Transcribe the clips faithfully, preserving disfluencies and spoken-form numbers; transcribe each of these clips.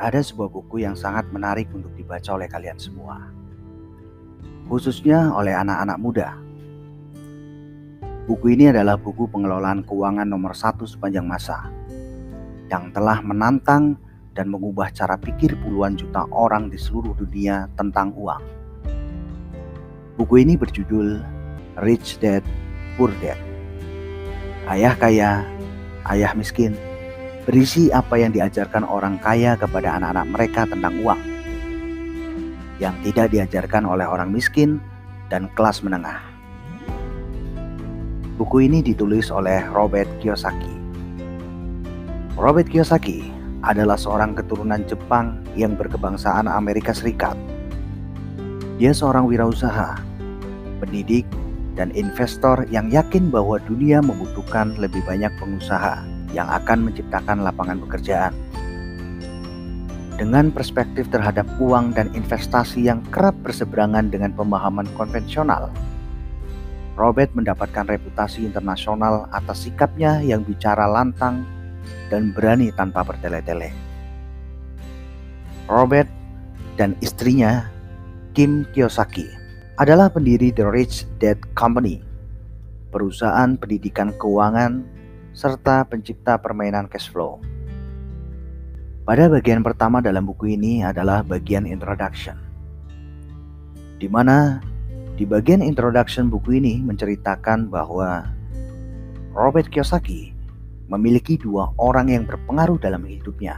ada sebuah buku yang sangat menarik untuk dibaca oleh kalian semua, khususnya oleh anak-anak muda. Buku ini adalah buku pengelolaan keuangan nomor satu sepanjang masa, yang telah menantang dan mengubah cara pikir puluhan juta orang di seluruh dunia tentang uang. Buku ini berjudul Rich Dad, Poor Dad. Ayah kaya, ayah miskin, berisi apa yang diajarkan orang kaya kepada anak-anak mereka tentang uang, yang tidak diajarkan oleh orang miskin dan kelas menengah. Buku ini ditulis oleh Robert Kiyosaki. Robert Kiyosaki adalah seorang keturunan Jepang yang berkebangsaan Amerika Serikat. Dia seorang wirausaha, pendidik, dan investor yang yakin bahwa dunia membutuhkan lebih banyak pengusaha yang akan menciptakan lapangan pekerjaan. Dengan perspektif terhadap uang dan investasi yang kerap berseberangan dengan pemahaman konvensional, Robert mendapatkan reputasi internasional atas sikapnya yang bicara lantang dan berani tanpa bertele-tele. Robert dan istrinya, Kim Kiyosaki, adalah pendiri The Rich Dad Company, perusahaan pendidikan keuangan serta pencipta permainan cash flow. Pada bagian pertama dalam buku ini adalah bagian introduction, di mana di bagian introduction buku ini menceritakan bahwa Robert Kiyosaki memiliki dua orang yang berpengaruh dalam hidupnya.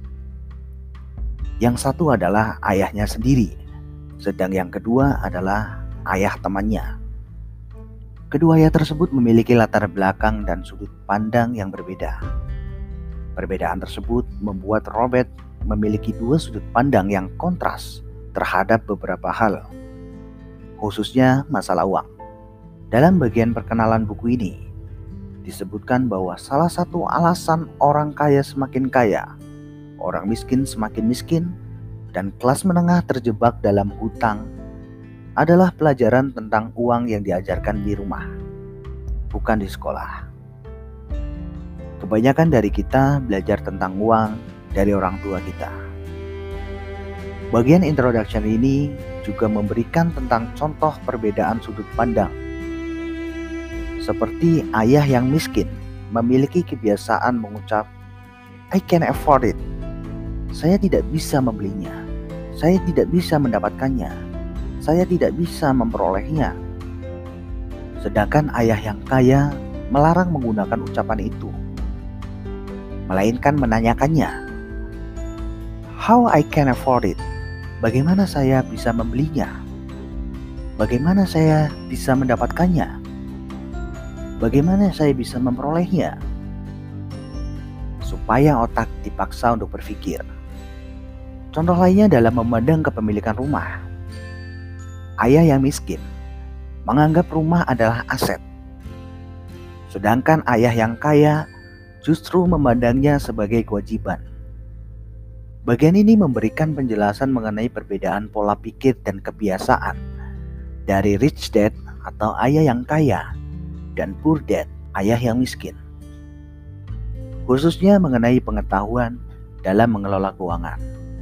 Yang satu adalah ayahnya sendiri, sedang yang kedua adalah ayah temannya. Kedua ayah tersebut memiliki latar belakang dan sudut pandang yang berbeda. Perbedaan tersebut membuat Robert memiliki dua sudut pandang yang kontras terhadap beberapa hal, khususnya masalah uang. Dalam bagian perkenalan buku ini, disebutkan bahwa salah satu alasan orang kaya semakin kaya, orang miskin semakin miskin, dan kelas menengah terjebak dalam hutang adalah pelajaran tentang uang yang diajarkan di rumah, bukan di sekolah. Kebanyakan dari kita belajar tentang uang dari orang tua kita. Bagian introduction ini juga memberikan tentang contoh perbedaan sudut pandang. Seperti ayah yang miskin memiliki kebiasaan mengucap, "I can afford it." Saya tidak bisa membelinya. Saya tidak bisa mendapatkannya. Saya tidak bisa memperolehnya. Sedangkan ayah yang kaya melarang menggunakan ucapan itu, melainkan menanyakannya, "How I can afford it?" Bagaimana saya bisa membelinya? Bagaimana saya bisa mendapatkannya? Bagaimana saya bisa memperolehnya? Supaya otak dipaksa untuk berpikir. Contoh lainnya dalam memandang kepemilikan rumah. Ayah yang miskin menganggap rumah adalah aset, sedangkan ayah yang kaya justru memandangnya sebagai kewajiban. Bagian ini memberikan penjelasan mengenai perbedaan pola pikir dan kebiasaan dari rich dad atau ayah yang kaya dan poor dad, ayah yang miskin, khususnya mengenai pengetahuan dalam mengelola keuangan.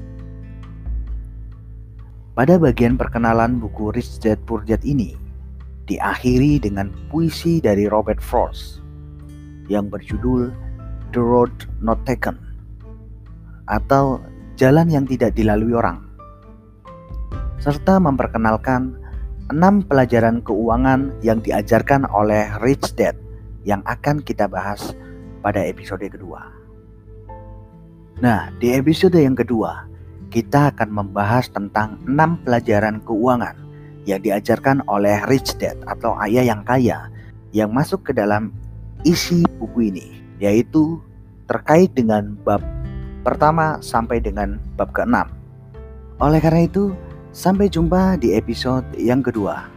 Pada bagian perkenalan buku Rich Dad Poor Dad ini diakhiri dengan puisi dari Robert Frost yang berjudul The Road Not Taken, atau jalan yang tidak dilalui orang, serta memperkenalkan enam pelajaran keuangan yang diajarkan oleh Rich Dad yang akan kita bahas pada episode kedua. Nah, di episode yang kedua, kita akan membahas tentang enam pelajaran keuangan yang diajarkan oleh Rich Dad atau ayah yang kaya yang masuk ke dalam isi buku ini, yaitu terkait dengan bab pertama sampai dengan bab keenam. Oleh karena itu, sampai jumpa di episode yang kedua.